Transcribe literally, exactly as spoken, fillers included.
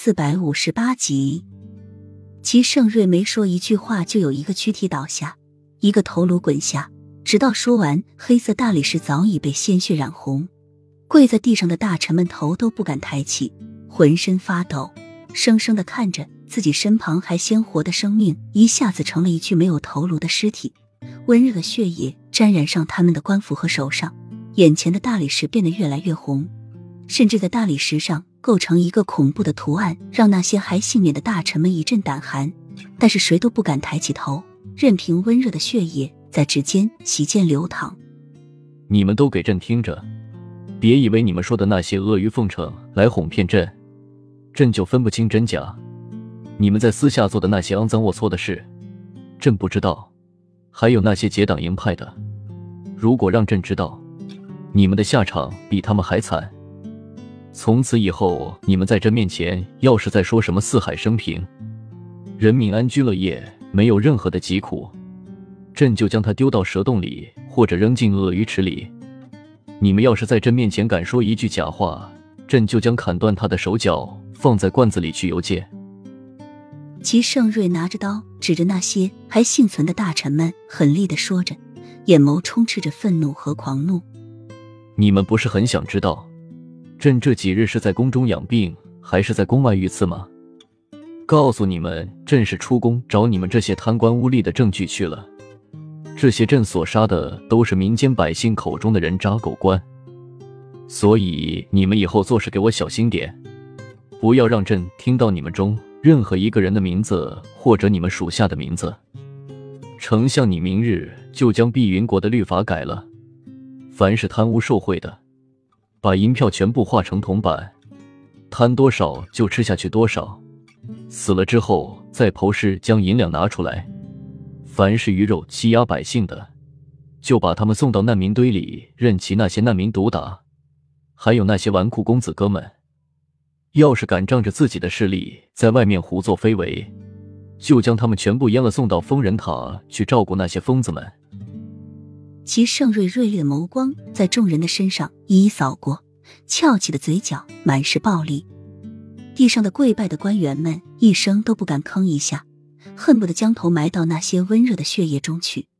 四百五十八集。齐盛瑞没说一句话，就有一个躯体倒下，一个头颅滚下，直到说完，黑色大理石早已被鲜血染红。跪在地上的大臣们头都不敢抬起，浑身发抖，生生地看着自己身旁还鲜活的生命一下子成了一具没有头颅的尸体。温热的血液沾染上他们的官服和手上，眼前的大理石变得越来越红，甚至在大理石上构成一个恐怖的图案，让那些还幸免的大臣们一阵胆寒，但是谁都不敢抬起头，任凭温热的血液在指尖席间流淌。 你们都给朕听着，别以为你们说的那些阿谀奉承来哄骗朕，朕就分不清真假。你们在私下做的那些肮脏龌龊的事，朕不知道，还有那些结党营派的，如果让朕知道，你们的下场比他们还惨。从此以后，你们在朕面前要是再说什么四海升平，人民安居乐业，没有任何的疾苦，朕就将他丢到蛇洞里，或者扔进鳄鱼池里。你们要是在朕面前敢说一句假话，朕就将砍断他的手脚，放在罐子里去游街。 齐盛瑞拿着刀指着那些还幸存的大臣们，狠厉地说着，眼眸充斥着愤怒和狂怒。 你们不是很想知道朕这几日是在宫中养病，还是在宫外遇刺吗？告诉你们，朕是出宫找你们这些贪官污吏的证据去了。这些朕所杀的都是民间百姓口中的人渣狗官，所以你们以后做事给我小心点，不要让朕听到你们中任何一个人的名字，或者你们属下的名字。丞相，你明日就将碧云国的律法改了，凡是贪污受贿的，把银票全部化成铜板，贪多少就吃下去多少，死了之后再剖尸将银两拿出来，凡是鱼肉欺压百姓的，就把他们送到难民堆里，任其那些难民毒打。还有那些纨绔公子哥们，要是敢仗着自己的势力在外面胡作非为，就将他们全部阉了，送到疯人塔去照顾那些疯子们。 齐盛瑞锐利的眸光在众人的身上一一扫过，翘起的嘴角满是暴力。地上的跪拜的官员们一声都不敢吭一下，恨不得将头埋到那些温热的血液中去。